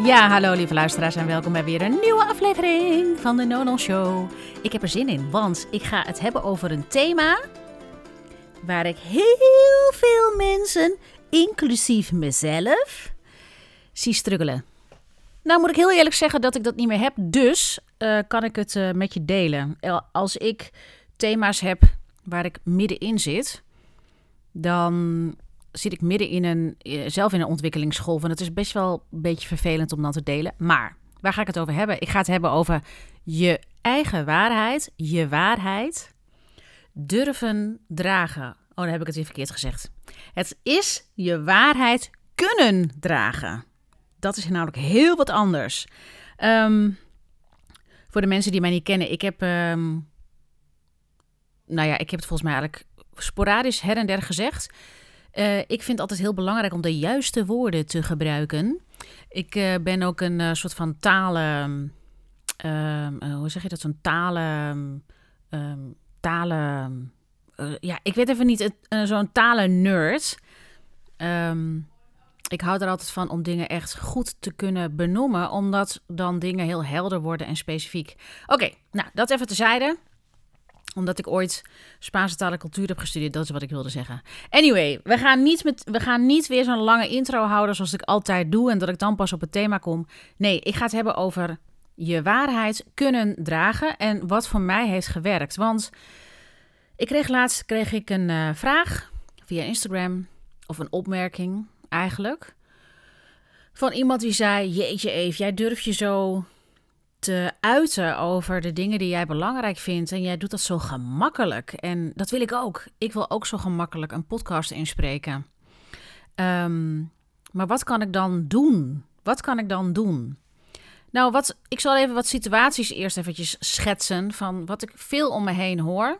Ja, hallo lieve luisteraars en welkom bij weer een nieuwe aflevering van de Nonon Show. Ik heb er zin in, want ik ga het hebben over een thema waar ik heel veel mensen, inclusief mezelf, zie struggelen. Nou moet ik heel eerlijk zeggen dat ik dat niet meer heb, dus kan ik het met je delen. Als ik thema's heb waar ik middenin zit, dan zit ik midden zelf in een ontwikkelingsgolf. En het is best wel een beetje vervelend om dan te delen. Maar waar ga ik het over hebben? Ik ga het hebben over je eigen waarheid, je waarheid durven dragen. Oh, dan heb ik het weer verkeerd gezegd. Het is je waarheid kunnen dragen. Dat is namelijk heel wat anders. Voor de mensen die mij niet kennen, ik heb het volgens mij eigenlijk sporadisch her en der gezegd. Ik vind het altijd heel belangrijk om de juiste woorden te gebruiken. Ik ben ook een soort van hoe zeg je dat? Zo'n ik weet even niet, zo'n talen-nerd. Ik hou er altijd van om dingen echt goed te kunnen benoemen, omdat dan dingen heel helder worden en specifiek. Oké, nou, dat even terzijde. Omdat ik ooit Spaanse taal en cultuur heb gestudeerd. Dat is wat ik wilde zeggen. Anyway, we gaan niet weer zo'n lange intro houden zoals ik altijd doe. En dat ik dan pas op het thema kom. Nee, ik ga het hebben over je waarheid kunnen dragen. En wat voor mij heeft gewerkt. Want laatst kreeg ik een vraag via Instagram. Of een opmerking eigenlijk. Van iemand die zei: jeetje Eve, jij durft je zo te uiten over de dingen die jij belangrijk vindt. En jij doet dat zo gemakkelijk. En dat wil ik ook. Ik wil ook zo gemakkelijk een podcast inspreken. Maar wat kan ik dan doen? Nou, ik zal even wat situaties eerst eventjes schetsen van wat ik veel om me heen hoor.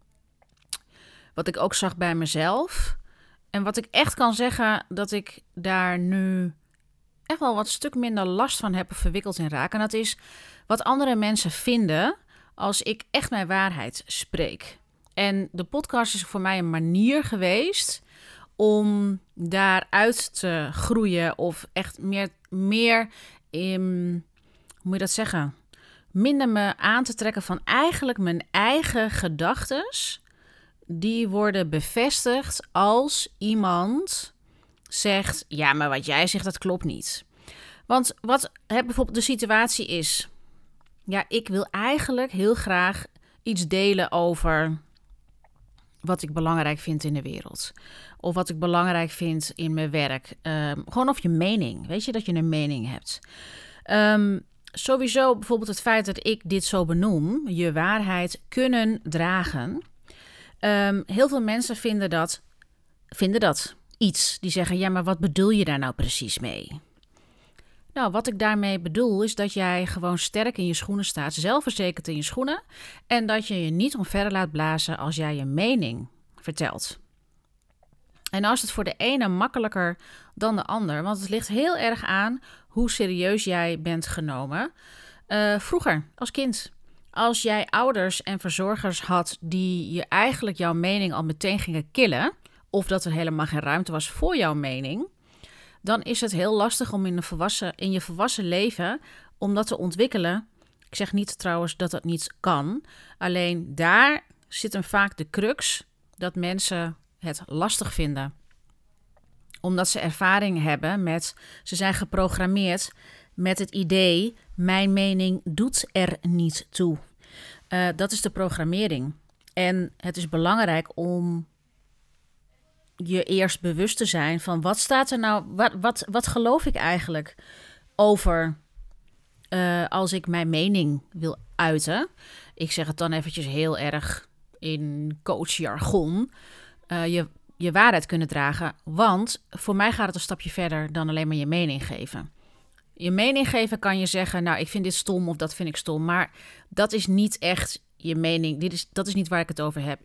Wat ik ook zag bij mezelf. En wat ik echt kan zeggen dat ik daar nu echt wel wat stuk minder last van heb of verwikkeld in raak. En dat is wat andere mensen vinden als ik echt mijn waarheid spreek. En de podcast is voor mij een manier geweest om daaruit te groeien of echt meer in, hoe moet je dat zeggen? Minder me aan te trekken van eigenlijk mijn eigen gedachtes. Die worden bevestigd als iemand zegt: ja, maar wat jij zegt, dat klopt niet. Want wat bijvoorbeeld de situatie is. Ja, ik wil eigenlijk heel graag iets delen over wat ik belangrijk vind in de wereld. Of wat ik belangrijk vind in mijn werk. Gewoon of je mening. Weet je dat je een mening hebt. Sowieso bijvoorbeeld het feit dat ik dit zo benoem. Je waarheid kunnen dragen. Heel veel mensen vinden dat iets. Die zeggen: ja, maar wat bedoel je daar nou precies mee? Nou, wat ik daarmee bedoel is dat jij gewoon sterk in je schoenen staat, zelfverzekerd in je schoenen, en dat je je niet omver laat blazen als jij je mening vertelt. En als het voor de ene makkelijker dan de ander, want het ligt heel erg aan hoe serieus jij bent genomen. Vroeger, als kind, als jij ouders en verzorgers had die je eigenlijk jouw mening al meteen gingen killen, of dat er helemaal geen ruimte was voor jouw mening, dan is het heel lastig om in je volwassen leven om dat te ontwikkelen. Ik zeg niet trouwens dat dat niet kan. Alleen daar zit hem vaak de crux dat mensen het lastig vinden. Omdat ze ervaring hebben ze zijn geprogrammeerd met het idee: mijn mening doet er niet toe. Dat is de programmering. En het is belangrijk om je eerst bewust te zijn van wat staat er nou, wat geloof ik eigenlijk over als ik mijn mening wil uiten. Ik zeg het dan eventjes heel erg in coachjargon. Je waarheid kunnen dragen, want voor mij gaat het een stapje verder dan alleen maar je mening geven. Je mening geven kan je zeggen: nou, ik vind dit stom of dat vind ik stom, maar dat is niet echt je mening. Dat is niet waar ik het over heb.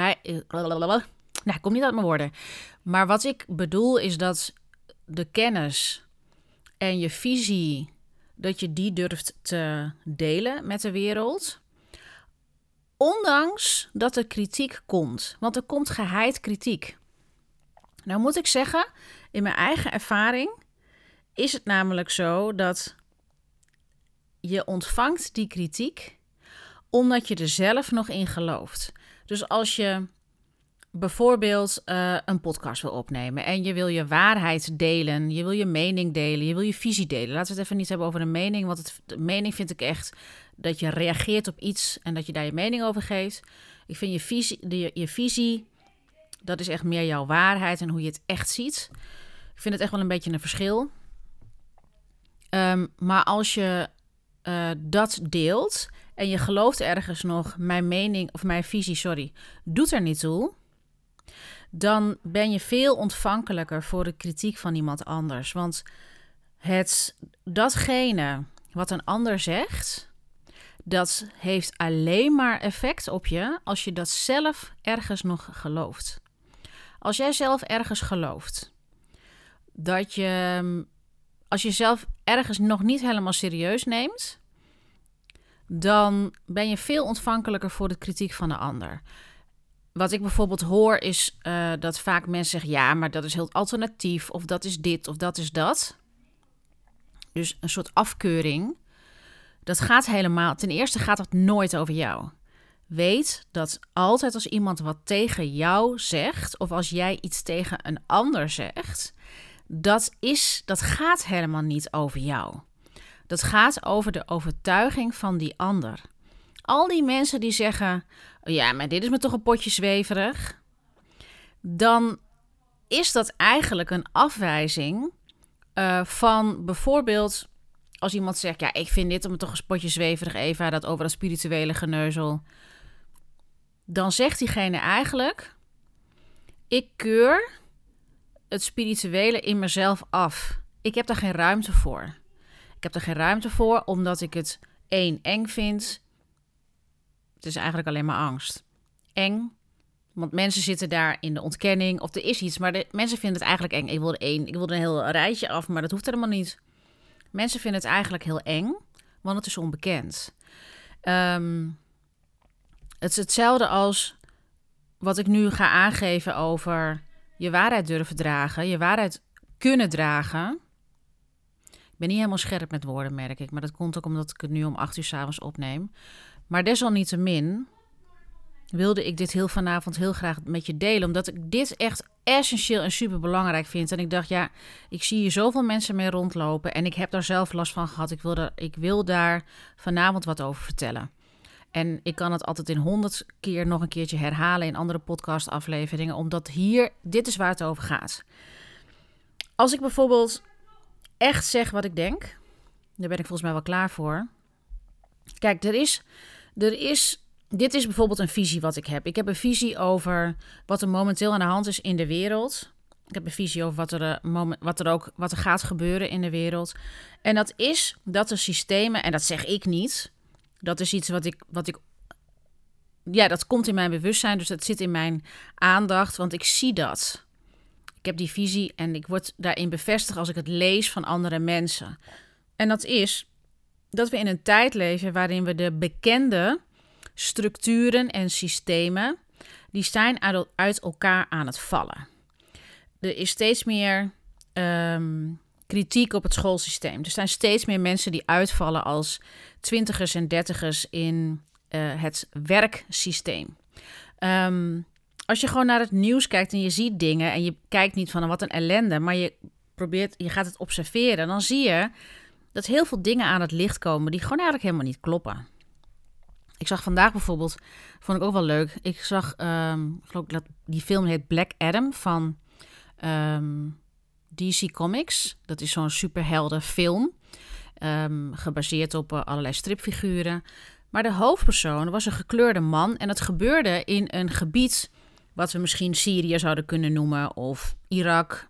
Nou, ik kom niet uit mijn woorden. Maar wat ik bedoel is dat de kennis en je visie, dat je die durft te delen met de wereld. Ondanks dat er kritiek komt. Want er komt geheid kritiek. Nou moet ik zeggen, in mijn eigen ervaring is het namelijk zo dat je ontvangt die kritiek omdat je er zelf nog in gelooft. Dus als je bijvoorbeeld een podcast wil opnemen en je wil je waarheid delen, je wil je mening delen, je wil je visie delen. Laten we het even niet hebben over een mening, want de mening vind ik echt dat je reageert op iets en dat je daar je mening over geeft. Ik vind je visie, dat is echt meer jouw waarheid en hoe je het echt ziet. Ik vind het echt wel een beetje een verschil. Maar als je dat deelt en je gelooft ergens nog, mijn mening of mijn visie, doet er niet toe, dan ben je veel ontvankelijker voor de kritiek van iemand anders. Want datgene wat een ander zegt, dat heeft alleen maar effect op je als je dat zelf ergens nog gelooft. Als jij zelf ergens gelooft, als je zelf ergens nog niet helemaal serieus neemt, dan ben je veel ontvankelijker voor de kritiek van de ander. Wat ik bijvoorbeeld hoor is dat vaak mensen zeggen, ja, maar dat is heel alternatief, of dat is dit, of dat is dat. Dus een soort afkeuring. Dat gaat helemaal, ten eerste gaat dat nooit over jou. Weet dat altijd als iemand wat tegen jou zegt, of als jij iets tegen een ander zegt, dat gaat helemaal niet over jou. Dat gaat over de overtuiging van die ander. Al die mensen die zeggen, ja, maar dit is me toch een potje zweverig, dan is dat eigenlijk een afwijzing van bijvoorbeeld als iemand zegt, ja, ik vind dit me toch een potje zweverig, Eva, dat over dat spirituele geneuzel. Dan zegt diegene eigenlijk, ik keur het spirituele in mezelf af. Ik heb daar geen ruimte voor. Ik heb er geen ruimte voor omdat ik het eng vind. Het is eigenlijk alleen maar angst. Eng, want mensen zitten daar in de ontkenning of er is iets, maar de mensen vinden het eigenlijk eng. Ik wilde een heel rijtje af, maar dat hoeft helemaal niet. Mensen vinden het eigenlijk heel eng, want het is onbekend. Het is hetzelfde als wat ik nu ga aangeven over je waarheid durven dragen, je waarheid kunnen dragen. Ik ben niet helemaal scherp met woorden, merk ik, maar dat komt ook omdat ik het nu om 8 uur 's avonds opneem. Maar desalniettemin wilde ik dit vanavond heel graag met je delen, omdat ik dit echt essentieel en super belangrijk vind. En ik dacht, ja, ik zie hier zoveel mensen mee rondlopen en ik heb daar zelf last van gehad. Ik wil daar vanavond wat over vertellen. En ik kan het altijd in 100 keer nog een keertje herhalen in andere podcastafleveringen, omdat dit is waar het over gaat. Als ik bijvoorbeeld echt zeg wat ik denk, daar ben ik volgens mij wel klaar voor. Kijk, dit is bijvoorbeeld een visie wat ik heb. Ik heb een visie over wat er momenteel aan de hand is in de wereld. Ik heb een visie over wat er gaat gebeuren in de wereld. En dat is dat de systemen, en dat zeg ik niet, dat is iets dat komt in mijn bewustzijn, dus dat zit in mijn aandacht, want ik zie dat. Ik heb die visie en ik word daarin bevestigd als ik het lees van andere mensen. En dat is dat we in een tijd leven waarin we de bekende structuren en systemen, die zijn uit elkaar aan het vallen. Er is steeds meer kritiek op het schoolsysteem. Er zijn steeds meer mensen die uitvallen als 20ers en 30ers in het werksysteem. Als je gewoon naar het nieuws kijkt en je ziet dingen en je kijkt niet van wat een ellende, maar je gaat het observeren, dan zie je dat heel veel dingen aan het licht komen die gewoon eigenlijk helemaal niet kloppen. Ik zag vandaag bijvoorbeeld, vond ik ook wel leuk, ik zag, geloof ik dat die film heet Black Adam van DC Comics. Dat is zo'n superheldenfilm, gebaseerd op allerlei stripfiguren. Maar de hoofdpersoon was een gekleurde man en het gebeurde in een gebied wat we misschien Syrië zouden kunnen noemen of Irak.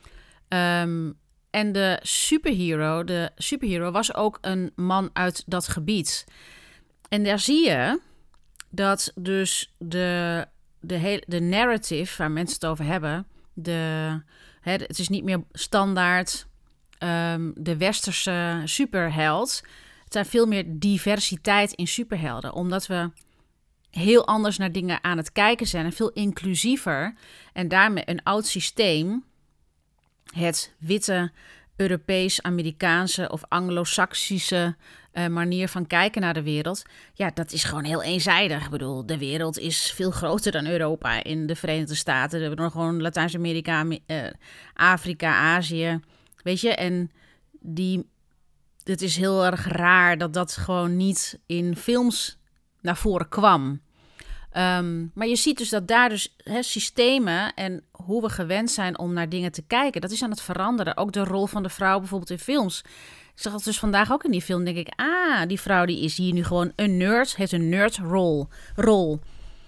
En de superhero was ook een man uit dat gebied. En daar zie je dat dus de narrative waar mensen het over hebben, het is niet meer standaard de westerse superheld. Het zijn veel meer diversiteit in superhelden, omdat we heel anders naar dingen aan het kijken zijn en veel inclusiever. En daarmee een oud systeem, het witte Europees-Amerikaanse of Anglo-Saxische manier van kijken naar de wereld. Ja, dat is gewoon heel eenzijdig. Ik bedoel, de wereld is veel groter dan Europa in de Verenigde Staten. We hebben nog gewoon Latijns-Amerika, Afrika, Azië. Weet je, en het is heel erg raar dat dat gewoon niet in films naar voren kwam. Maar je ziet dus dat daar dus systemen en hoe we gewend zijn om naar dingen te kijken, dat is aan het veranderen. Ook de rol van de vrouw bijvoorbeeld in films. Ik zag het dus vandaag ook in die film, denk ik, die vrouw die is hier nu gewoon een nerd, heeft een nerdrol.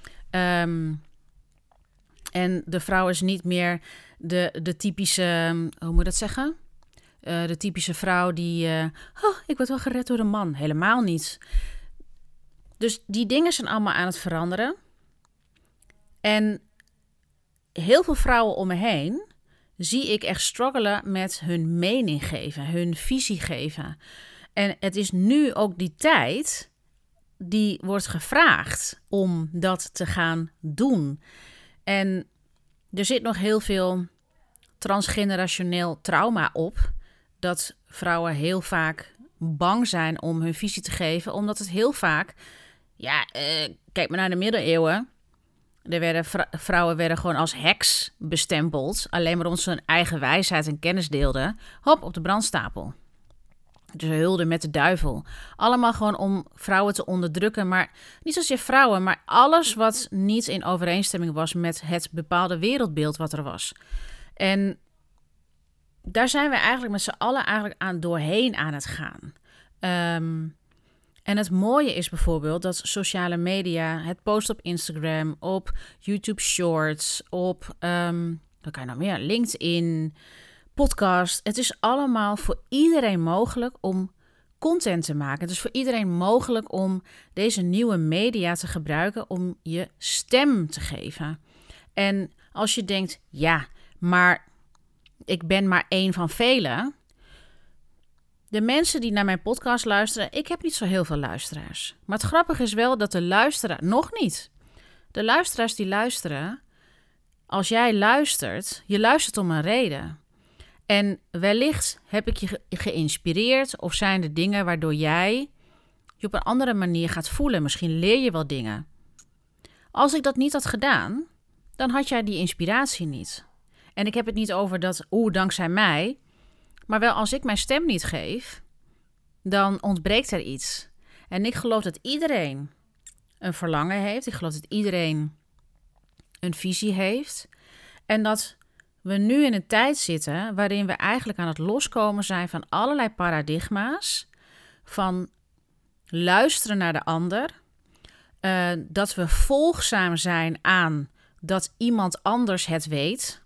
En de vrouw is niet meer de typische, hoe moet je dat zeggen? De typische vrouw die, ik word wel gered door een man. Helemaal niet. Dus die dingen zijn allemaal aan het veranderen. En heel veel vrouwen om me heen zie ik echt struggelen met hun mening geven, hun visie geven. En het is nu ook die tijd die wordt gevraagd om dat te gaan doen. En er zit nog heel veel transgenerationeel trauma op, dat vrouwen heel vaak bang zijn om hun visie te geven, omdat het heel vaak, kijk maar naar de middeleeuwen. Vrouwen werden gewoon als heks bestempeld, alleen maar omdat ze hun eigen wijsheid en kennis deelden. Hop, op de brandstapel. Dus hulde met de duivel. Allemaal gewoon om vrouwen te onderdrukken, maar niet zozeer vrouwen, maar alles wat niet in overeenstemming was met het bepaalde wereldbeeld wat er was. En daar zijn we eigenlijk met z'n allen doorheen aan het gaan. En het mooie is bijvoorbeeld dat sociale media, het posten op Instagram, op YouTube Shorts, op wat kan je nou meer? LinkedIn, podcast. Het is allemaal voor iedereen mogelijk om content te maken. Het is voor iedereen mogelijk om deze nieuwe media te gebruiken om je stem te geven. En als je denkt, ja, maar ik ben maar één van velen. De mensen die naar mijn podcast luisteren, ik heb niet zo heel veel luisteraars. Maar het grappige is wel dat de luisteraar, nog niet. De luisteraars die luisteren, als jij luistert, je luistert om een reden. En wellicht heb ik je geïnspireerd of zijn er dingen waardoor jij je op een andere manier gaat voelen. Misschien leer je wel dingen. Als ik dat niet had gedaan, dan had jij die inspiratie niet. En ik heb het niet over dat, dankzij mij. Maar wel als ik mijn stem niet geef, dan ontbreekt er iets. En ik geloof dat iedereen een verlangen heeft. Ik geloof dat iedereen een visie heeft. En dat we nu in een tijd zitten waarin we eigenlijk aan het loskomen zijn van allerlei paradigma's. Van luisteren naar de ander. Dat we volgzaam zijn aan dat iemand anders het weet.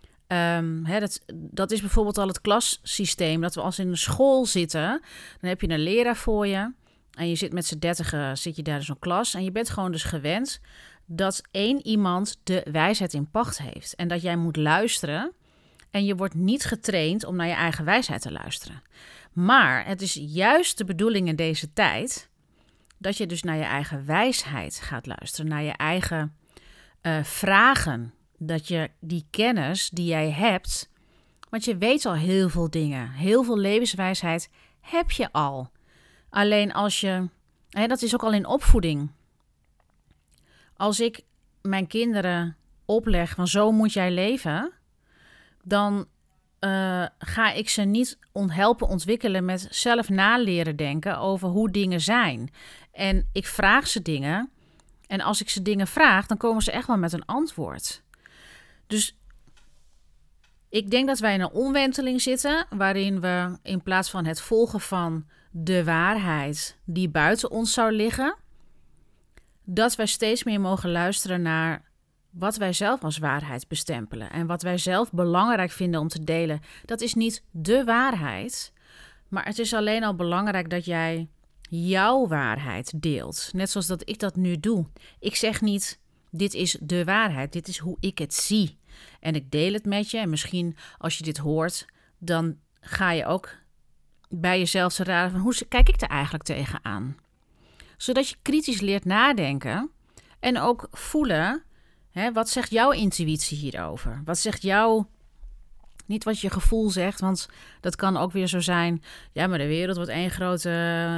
Dat is bijvoorbeeld al het klassysteem. Dat we als in een school zitten, dan heb je een leraar voor je. En je zit met z'n 30 zit je daar in zo'n klas. En je bent gewoon dus gewend dat één iemand de wijsheid in pacht heeft. En dat jij moet luisteren. En je wordt niet getraind om naar je eigen wijsheid te luisteren. Maar het is juist de bedoeling in deze tijd dat je dus naar je eigen wijsheid gaat luisteren. Naar je eigen vragen. Dat je die kennis die jij hebt, want je weet al heel veel dingen. Heel veel levenswijsheid heb je al. Alleen als je, dat is ook al in opvoeding. Als ik mijn kinderen opleg van zo moet jij leven, dan ga ik ze niet helpen ontwikkelen met zelf naleren denken over hoe dingen zijn. En ik vraag ze dingen en als ik ze dingen vraag, dan komen ze echt wel met een antwoord. Dus ik denk dat wij in een omwenteling zitten waarin we in plaats van het volgen van de waarheid die buiten ons zou liggen, dat wij steeds meer mogen luisteren naar wat wij zelf als waarheid bestempelen en wat wij zelf belangrijk vinden om te delen. Dat is niet de waarheid, maar het is alleen al belangrijk dat jij jouw waarheid deelt. Net zoals dat ik dat nu doe. Ik zeg niet, dit is de waarheid, dit is hoe ik het zie. En ik deel het met je en misschien als je dit hoort, dan ga je ook bij jezelf te raden van hoe kijk ik er eigenlijk tegenaan. Zodat je kritisch leert nadenken en ook voelen, wat zegt jouw intuïtie hierover? Wat zegt jouw Niet wat je gevoel zegt, want dat kan ook weer zo zijn. Ja, maar de wereld wordt één grote,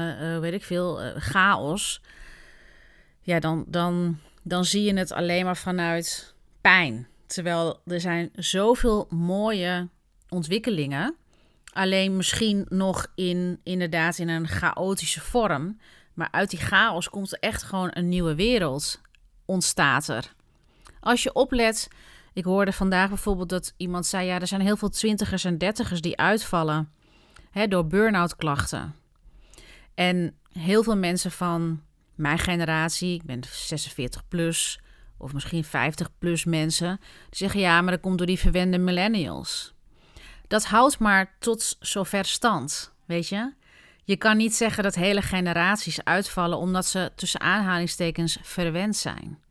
chaos. Ja, dan zie je het alleen maar vanuit pijn. Terwijl er zijn zoveel mooie ontwikkelingen. Alleen misschien nog inderdaad in een chaotische vorm. Maar uit die chaos komt er echt gewoon een nieuwe wereld. Ontstaat er. Als je oplet, ik hoorde vandaag bijvoorbeeld dat iemand zei, ja, er zijn heel veel 20ers en 30ers die uitvallen door burn-out klachten. En heel veel mensen van mijn generatie, ik ben 46 plus of misschien 50 plus mensen, die zeggen ja, maar dat komt door die verwende millennials. Dat houdt maar tot zover stand, weet je. Je kan niet zeggen dat hele generaties uitvallen omdat ze tussen aanhalingstekens verwend zijn.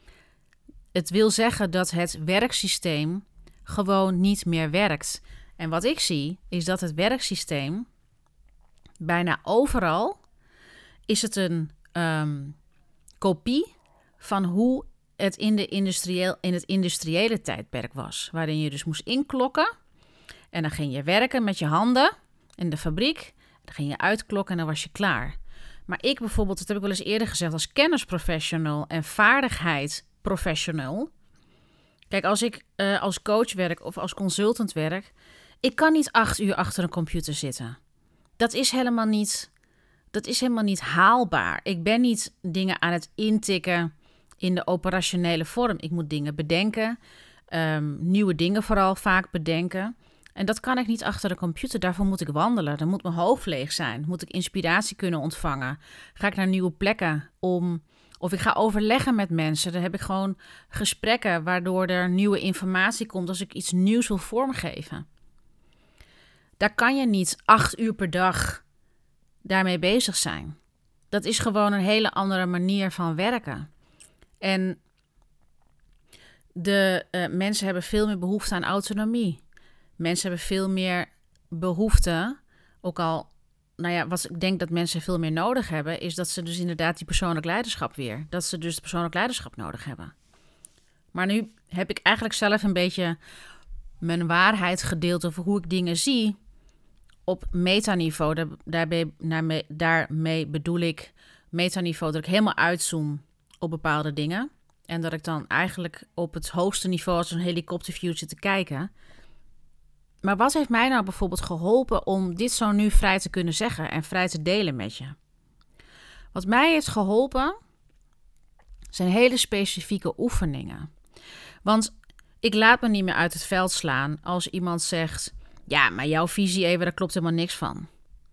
Het wil zeggen dat het werksysteem gewoon niet meer werkt. En wat ik zie is dat het werksysteem bijna overal is het een kopie van hoe het in het industriële tijdperk was. Waarin je dus moest inklokken en dan ging je werken met je handen in de fabriek. Dan ging je uitklokken en dan was je klaar. Maar ik bijvoorbeeld, dat heb ik wel eens eerder gezegd, als kennisprofessional en vaardigheidsprofessional. Kijk, als ik als coach werk of als consultant werk, ik kan niet 8 uur achter een computer zitten. Dat is helemaal niet haalbaar. Ik ben niet dingen aan het intikken in de operationele vorm. Ik moet dingen bedenken, nieuwe dingen vooral vaak bedenken. En dat kan ik niet achter de computer. Daarvoor moet ik wandelen. Dan moet mijn hoofd leeg zijn. Moet ik inspiratie kunnen ontvangen. Ga ik naar nieuwe plekken of ik ga overleggen met mensen. Dan heb ik gewoon gesprekken waardoor er nieuwe informatie komt als ik iets nieuws wil vormgeven. Daar kan je niet 8 uur per dag daarmee bezig zijn. Dat is gewoon een hele andere manier van werken. En de mensen hebben veel meer behoefte aan autonomie. Mensen hebben veel meer behoefte, ook al, wat ik denk dat mensen veel meer nodig hebben, is dat ze dus inderdaad die persoonlijk leiderschap dat ze dus persoonlijk leiderschap nodig hebben. Maar nu heb ik eigenlijk zelf een beetje mijn waarheid gedeeld over hoe ik dingen zie op metaniveau. Daarmee bedoel ik metaniveau dat ik helemaal uitzoom op bepaalde dingen. En dat ik dan eigenlijk op het hoogste niveau als een helikopterview zit te kijken. Maar wat heeft mij nou bijvoorbeeld geholpen om dit zo nu vrij te kunnen zeggen en vrij te delen met je? Wat mij heeft geholpen zijn hele specifieke oefeningen. Want ik laat me niet meer uit het veld slaan als iemand zegt, ja, maar jouw visie even, daar klopt helemaal niks van.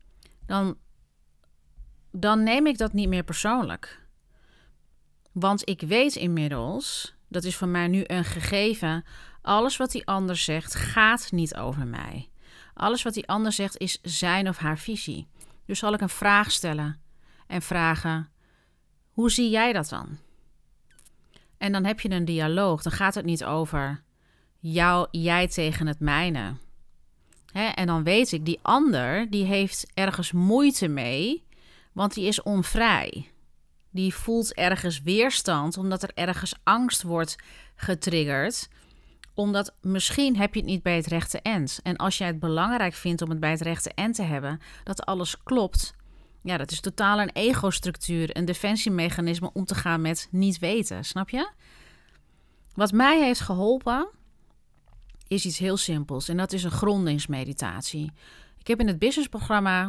Dan neem ik dat niet meer persoonlijk. Want ik weet inmiddels, dat is voor mij nu een gegeven, alles wat die ander zegt gaat niet over mij. Alles wat die ander zegt is zijn of haar visie. Dus zal ik een vraag stellen en vragen, hoe zie jij dat dan? En dan heb je een dialoog. Dan gaat het niet over jij tegen het mijne. En dan weet ik, die ander die heeft ergens moeite mee, want die is onvrij. Die voelt ergens weerstand, omdat er ergens angst wordt getriggerd. Omdat misschien heb je het niet bij het rechte eind. En als jij het belangrijk vindt om het bij het rechte eind te hebben, dat alles klopt. Ja, dat is totaal een ego-structuur, een defensiemechanisme om te gaan met niet weten, snap je? Wat mij heeft geholpen is iets heel simpels en dat is een grondingsmeditatie. Ik heb in het businessprogramma,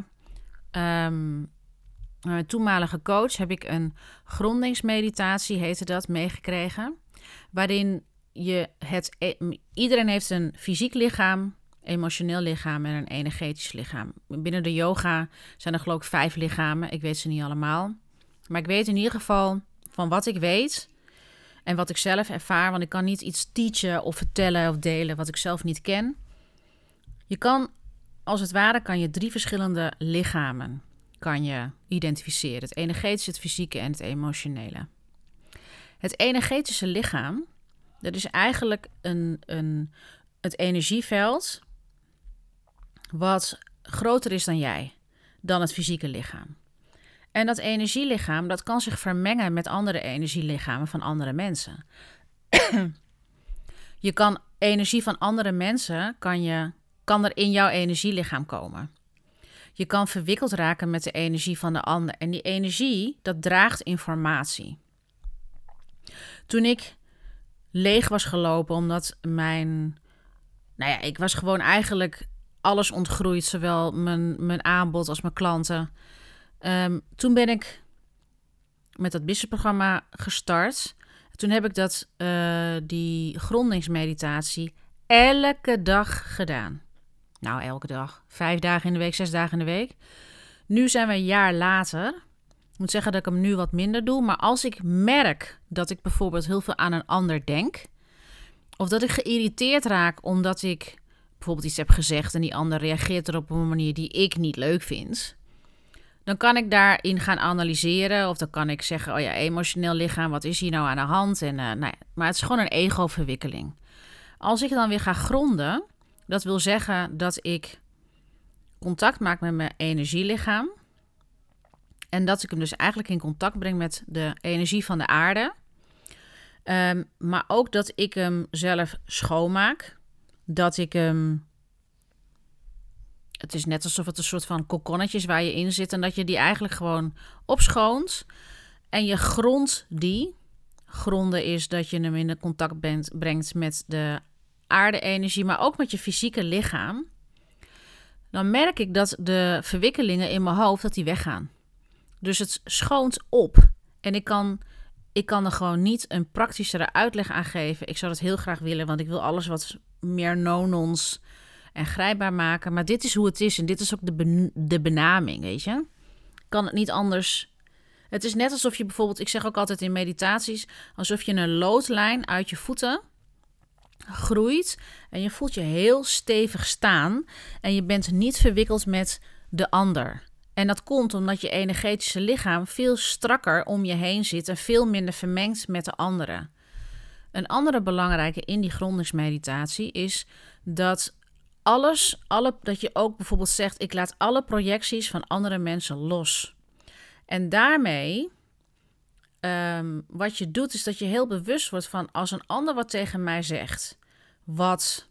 mijn toenmalige coach, heb ik een grondingsmeditatie, heette dat, meegekregen. Waarin iedereen heeft een fysiek lichaam, emotioneel lichaam en een energetisch lichaam. Binnen de yoga zijn er geloof ik 5 lichamen. Ik weet ze niet allemaal. Maar ik weet in ieder geval van wat ik weet en wat ik zelf ervaar. Want ik kan niet iets teachen of vertellen of delen wat ik zelf niet ken. Je kan, als het ware, kan je 3 verschillende lichamen kan je identificeren. Het energetische, het fysieke en het emotionele. Het energetische lichaam, dat is eigenlijk het energieveld wat groter is dan jij, dan het fysieke lichaam. En dat energielichaam, dat kan zich vermengen met andere energielichamen van andere mensen. Je kan energie van andere mensen, kan er in jouw energielichaam komen. Je kan verwikkeld raken met de energie van de ander. En die energie, dat draagt informatie. Toen ik leeg was gelopen, omdat ik was gewoon eigenlijk alles ontgroeid, zowel mijn aanbod als mijn klanten. Toen ben ik met dat businessprogramma gestart. Toen heb ik die grondingsmeditatie elke dag gedaan. Nou, elke dag. 5 dagen in de week, 6 dagen in de week. Nu zijn we een jaar later. Ik moet zeggen dat ik hem nu wat minder doe. Maar als ik merk dat ik bijvoorbeeld heel veel aan een ander denk, of dat ik geïrriteerd raak omdat ik bijvoorbeeld iets heb gezegd en die ander reageert erop op een manier die ik niet leuk vind, dan kan ik daarin gaan analyseren. Of dan kan ik zeggen, emotioneel lichaam, wat is hier nou aan de hand? Maar het is gewoon een ego-verwikkeling. Als ik dan weer ga gronden, dat wil zeggen dat ik contact maak met mijn energielichaam. En dat ik hem dus eigenlijk in contact breng met de energie van de aarde. Maar ook dat ik hem zelf schoonmaak. Dat ik hem... Het is net alsof het een soort van kokonnetjes waar je in zit. En dat je die eigenlijk gewoon opschoont. En je grondt die. Gronden is dat je hem in contact brengt met de aarde-energie. Maar ook met je fysieke lichaam. Dan merk ik dat de verwikkelingen in mijn hoofd dat die weggaan. Dus het schoont op. En ik kan er gewoon niet een praktischere uitleg aan geven. Ik zou dat heel graag willen, want ik wil alles wat meer no-nons en grijpbaar maken. Maar dit is hoe het is en dit is ook de benaming, weet je. Ik kan het niet anders. Het is net alsof je bijvoorbeeld, ik zeg ook altijd in meditaties, alsof je een loodlijn uit je voeten groeit en je voelt je heel stevig staan en je bent niet verwikkeld met de ander. En dat komt omdat je energetische lichaam veel strakker om je heen zit en veel minder vermengd met de anderen. Een andere belangrijke in die grondingsmeditatie is dat dat je ook bijvoorbeeld zegt, ik laat alle projecties van andere mensen los. En daarmee, wat je doet, is dat je heel bewust wordt van als een ander wat tegen mij zegt, wat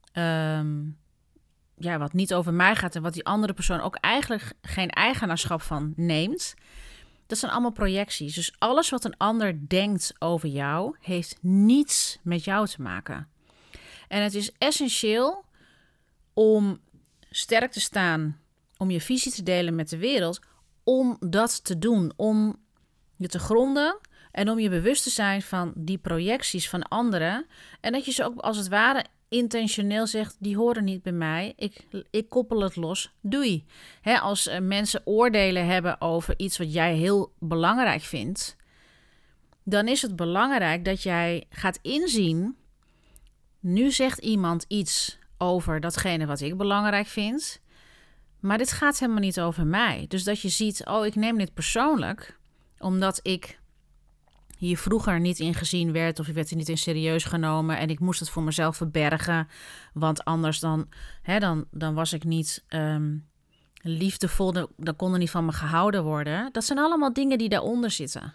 niet over mij gaat en wat die andere persoon ook eigenlijk geen eigenaarschap van neemt. Dat zijn allemaal projecties. Dus alles wat een ander denkt over jou, heeft niets met jou te maken. En het is essentieel om sterk te staan, om je visie te delen met de wereld, om dat te doen, om je te gronden en om je bewust te zijn van die projecties van anderen. En dat je ze ook als het ware intentioneel zegt, die horen niet bij mij, ik koppel het los, doei. Als mensen oordelen hebben over iets wat jij heel belangrijk vindt, dan is het belangrijk dat jij gaat inzien, nu zegt iemand iets over datgene wat ik belangrijk vind, maar dit gaat helemaal niet over mij. Dus dat je ziet, ik neem dit persoonlijk, omdat ik hier vroeger niet in gezien werd of je werd er niet in serieus genomen en ik moest het voor mezelf verbergen, want anders dan was ik niet liefdevol, dan kon er niet van me gehouden worden. Dat zijn allemaal dingen die daaronder zitten.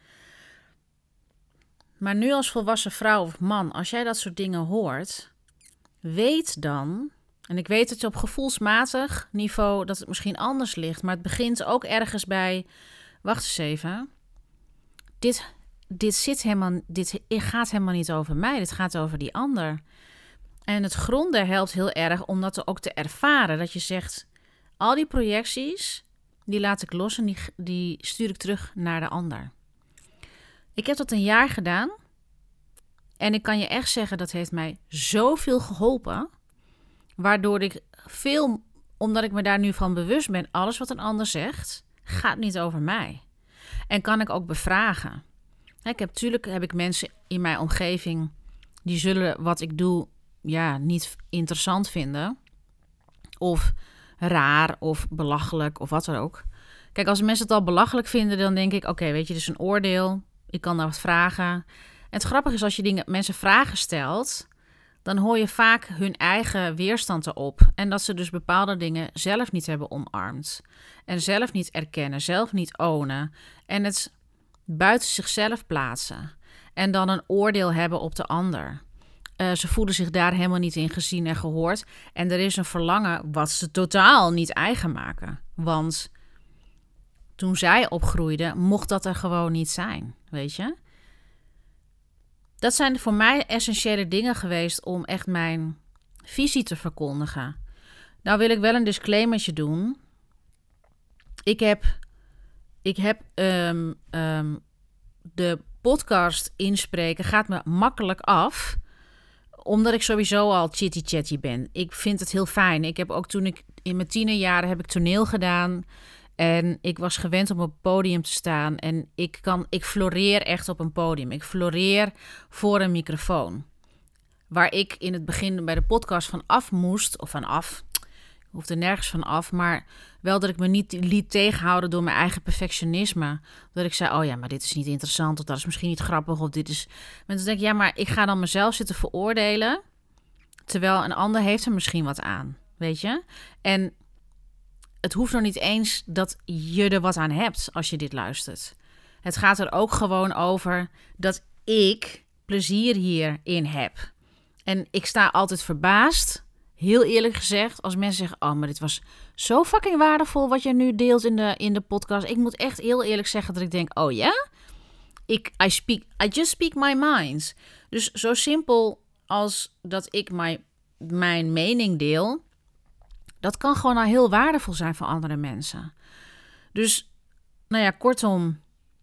Maar nu als volwassen vrouw of man, als jij dat soort dingen hoort, weet dan, en ik weet dat je op gevoelsmatig niveau dat het misschien anders ligt, maar het begint ook ergens bij, wacht eens even, dit gaat helemaal niet over mij, dit gaat over die ander. En het gronden helpt heel erg om dat ook te ervaren, dat je zegt, al die projecties, die laat ik los en die stuur ik terug naar de ander. Ik heb dat een jaar gedaan en ik kan je echt zeggen, dat heeft mij zoveel geholpen, waardoor ik omdat ik me daar nu van bewust ben, alles wat een ander zegt, gaat niet over mij. En kan ik ook bevragen. Tuurlijk heb ik mensen in mijn omgeving die zullen wat ik doe niet interessant vinden. Of raar of belachelijk of wat dan ook. Kijk, als mensen het al belachelijk vinden, dan denk ik, oké, weet je, dit is een oordeel. Ik kan daar wat vragen. En het grappige is, als je mensen vragen stelt, dan hoor je vaak hun eigen weerstand erop. En dat ze dus bepaalde dingen zelf niet hebben omarmd. En zelf niet erkennen, zelf niet ownen. En het buiten zichzelf plaatsen. En dan een oordeel hebben op de ander. Ze voelen zich daar helemaal niet in gezien en gehoord. En er is een verlangen wat ze totaal niet eigen maken. Want toen zij opgroeiden, mocht dat er gewoon niet zijn, weet je? Dat zijn voor mij essentiële dingen geweest om echt mijn visie te verkondigen. Nou wil ik wel een disclaimertje doen. Ik heb de podcast inspreken gaat me makkelijk af, omdat ik sowieso al chitty-chatty ben. Ik vind het heel fijn. Ik heb ook toen ik in mijn tienerjaren heb ik toneel gedaan en ik was gewend om op een podium te staan en ik floreer echt op een podium. Ik floreer voor een microfoon. Waar ik in het begin bij de podcast van af moest, of van af, ik hoefde nergens van af, maar wel dat ik me niet liet tegenhouden door mijn eigen perfectionisme. Dat ik zei, oh ja, maar dit is niet interessant, of dat is misschien niet grappig, of dit is... Maar dan denk ik, ja, maar ik ga dan mezelf zitten veroordelen, terwijl een ander heeft er misschien wat aan, weet je? En het hoeft nog niet eens dat je er wat aan hebt als je dit luistert. Het gaat er ook gewoon over dat ik plezier hierin heb. En ik sta altijd verbaasd, heel eerlijk gezegd, als mensen zeggen, oh, maar dit was zo fucking waardevol wat je nu deelt in de podcast. Ik moet echt heel eerlijk zeggen dat ik denk, oh ja? I just speak my mind. Dus zo simpel als dat ik mijn mening deel, dat kan gewoon al heel waardevol zijn voor andere mensen. Dus, nou ja, kortom,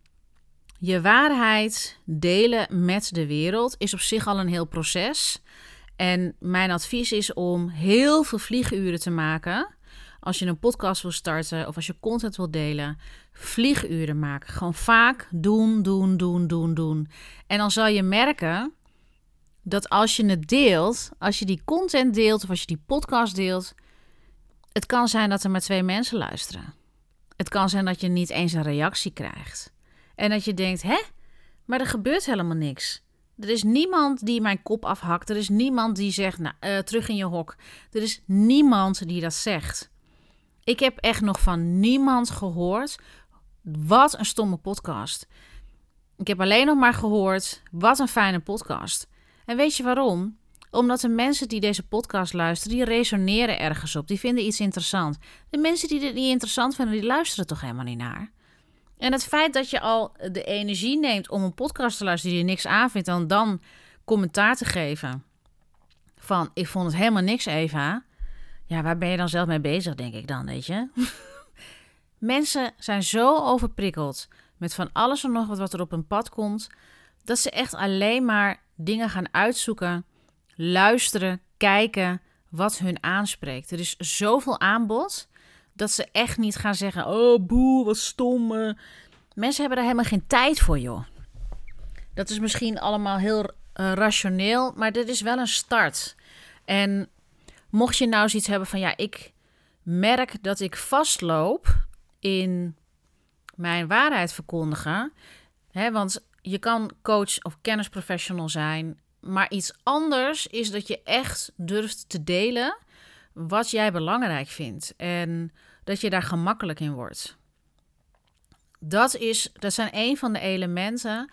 je waarheid delen met de wereld is op zich al een heel proces. En mijn advies is om heel veel vlieguren te maken. Als je een podcast wil starten of als je content wil delen, vlieguren maken. Gewoon vaak doen. En dan zal je merken dat als je het deelt, als je die content deelt of als je die podcast deelt, het kan zijn dat er maar 2 mensen luisteren. Het kan zijn dat je niet eens een reactie krijgt. En dat je denkt, hè? Maar er gebeurt helemaal niks. Er is niemand die mijn kop afhakt. Er is niemand die zegt, nou, terug in je hok. Er is niemand die dat zegt. Ik heb echt nog van niemand gehoord, wat een stomme podcast. Ik heb alleen nog maar gehoord, wat een fijne podcast. En weet je waarom? Omdat de mensen die deze podcast luisteren, die resoneren ergens op. Die vinden iets interessant. De mensen die dit niet interessant vinden, die luisteren toch helemaal niet naar. En het feit dat je al de energie neemt om een podcast te luisteren die je niks aanvindt, en dan commentaar te geven van, ik vond het helemaal niks, Eva. Ja, waar ben je dan zelf mee bezig, denk ik dan, weet je? Mensen zijn zo overprikkeld met van alles en nog wat er op hun pad komt, dat ze echt alleen maar dingen gaan uitzoeken, luisteren, kijken wat hun aanspreekt. Er is zoveel aanbod dat ze echt niet gaan zeggen, oh boe, wat stom. Mensen hebben daar helemaal geen tijd voor, joh. Dat is misschien allemaal heel rationeel, maar dit is wel een start. En mocht je nou zoiets hebben van, ja, ik merk dat ik vastloop in mijn waarheid verkondigen. Hè, want je kan coach of kennisprofessional zijn, maar iets anders is dat je echt durft te delen wat jij belangrijk vindt. En dat je daar gemakkelijk in wordt. Dat zijn een van de elementen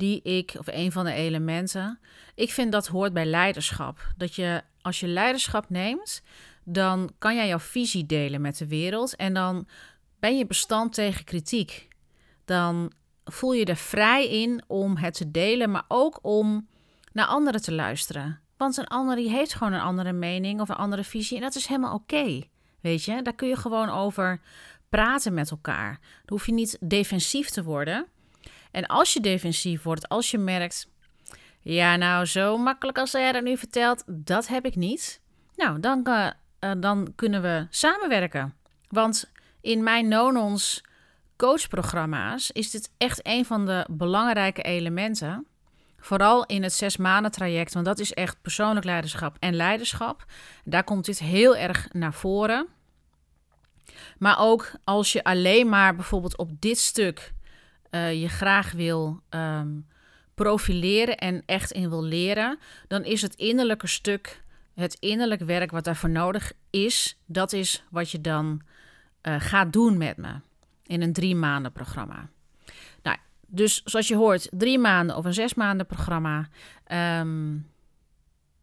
Ik vind dat hoort bij leiderschap. Dat je, als je leiderschap neemt, dan kan jij jouw visie delen met de wereld. En dan ben je bestand tegen kritiek. Dan voel je er vrij in om het te delen, maar ook om naar anderen te luisteren. Want een ander die heeft gewoon een andere mening of een andere visie. En dat is helemaal oké. Weet je, daar kun je gewoon over praten met elkaar. Dan hoef je niet defensief te worden. En als je defensief wordt, als je merkt, ja, nou, zo makkelijk als jij dat nu vertelt, dat heb ik niet. Nou, dan kunnen we samenwerken. Want in mijn Nonons coachprogramma's is dit echt een van de belangrijke elementen. Vooral in het 6 maanden traject, want dat is echt persoonlijk leiderschap en leiderschap. Daar komt dit heel erg naar voren. Maar ook als je alleen maar bijvoorbeeld op dit stuk je graag wil profileren en echt in wil leren, dan is het innerlijke stuk, het innerlijk werk wat daarvoor nodig is, dat is wat je dan gaat doen met me in een 3 maanden programma. Nou, dus zoals je hoort, 3 maanden of een 6 maanden programma.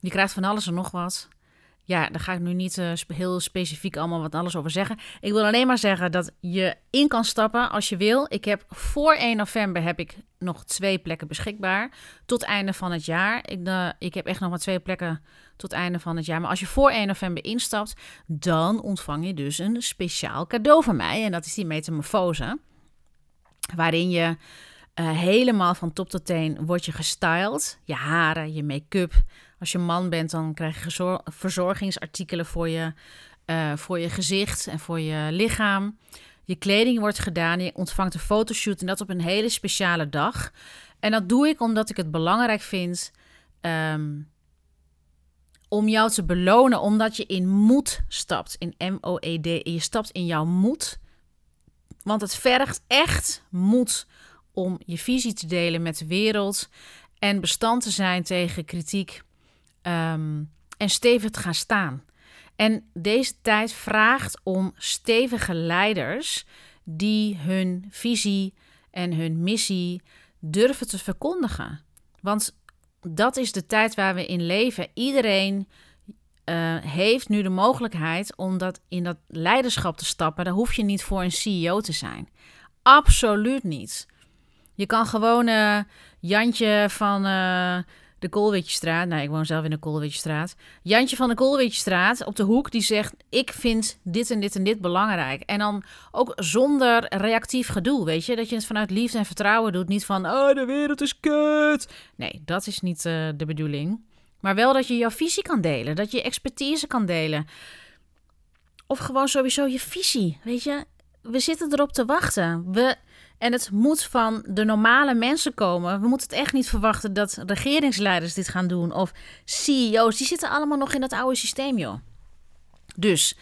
Je krijgt van alles en nog wat. Ja, daar ga ik nu niet heel specifiek allemaal wat alles over zeggen. Ik wil alleen maar zeggen dat je in kan stappen als je wil. Ik heb voor 1 november heb ik nog 2 plekken beschikbaar. Tot einde van het jaar. Ik heb echt nog maar 2 plekken tot einde van het jaar. Maar als je voor 1 november instapt, dan ontvang je dus een speciaal cadeau van mij. En dat is die metamorfose. Waarin je helemaal van top tot teen word je gestyled. Je haren, je make-up. Als je man bent, dan krijg je verzorgingsartikelen voor je gezicht en voor je lichaam. Je kleding wordt gedaan, je ontvangt een fotoshoot en dat op een hele speciale dag. En dat doe ik omdat ik het belangrijk vind om jou te belonen, omdat je in moed stapt, in M-O-E-D. Je stapt in jouw moed, want het vergt echt moed om je visie te delen met de wereld en bestand te zijn tegen kritiek en stevig te gaan staan. En deze tijd vraagt om stevige leiders die hun visie en hun missie durven te verkondigen. Want dat is de tijd waar we in leven. Iedereen heeft nu de mogelijkheid om in dat leiderschap te stappen. Daar hoef je niet voor een CEO te zijn. Absoluut niet. Je kan gewoon Jantje van de Koolwitjestraat. Nou, ik woon zelf in de Koolwitjestraat. Jantje van de Koolwitjestraat op de hoek die zegt: ik vind dit en dit en dit belangrijk. En dan ook zonder reactief gedoe, weet je. Dat je het vanuit liefde en vertrouwen doet. Niet van, oh, de wereld is kut. Nee, dat is niet de bedoeling. Maar wel dat je jouw visie kan delen. Dat je je expertise kan delen. Of gewoon sowieso je visie, weet je. We zitten erop te wachten. En het moet van de normale mensen komen. We moeten het echt niet verwachten dat regeringsleiders dit gaan doen. Of CEO's. Die zitten allemaal nog in dat oude systeem, joh. Dus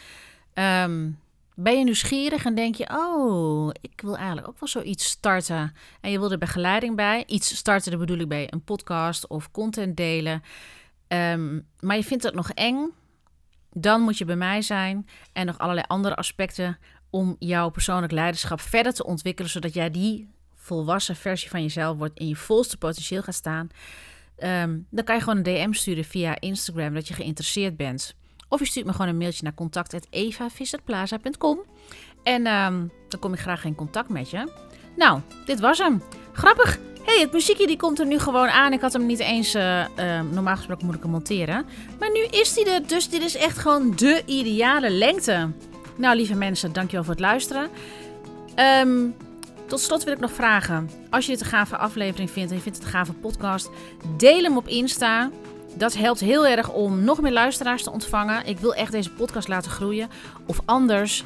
ben je nieuwsgierig en denk je: oh, ik wil eigenlijk ook wel zoiets starten. En je wil er begeleiding bij. Iets starten, daar bedoel ik bij een podcast of content delen. Maar je vindt het nog eng. Dan moet je bij mij zijn. En nog allerlei andere aspecten om jouw persoonlijk leiderschap verder te ontwikkelen, zodat jij die volwassen versie van jezelf wordt, in je volste potentieel gaat staan. Dan kan je gewoon een DM sturen via Instagram dat je geïnteresseerd bent. Of je stuurt me gewoon een mailtje naar contact@evavisserplaza.com. En dan kom ik graag in contact met je. Nou, dit was hem. Grappig. Hey, het muziekje die komt er nu gewoon aan. Ik had hem niet eens, normaal gesproken moet ik hem monteren. Maar nu is hij er, dus dit is echt gewoon de ideale lengte. Nou, lieve mensen, dankjewel voor het luisteren. Tot slot wil ik nog vragen. Als je dit een gave aflevering vindt en je vindt het een gave podcast, deel hem op Insta. Dat helpt heel erg om nog meer luisteraars te ontvangen. Ik wil echt deze podcast laten groeien. Of anders,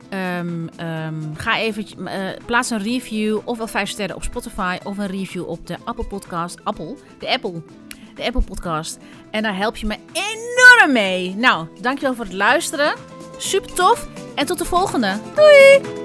ga even, plaats een review of wel 5 sterren op Spotify of een review op de Apple Podcast. De Apple Podcast. En daar help je me enorm mee. Nou, dankjewel voor het luisteren. Super tof. En tot de volgende. Doei!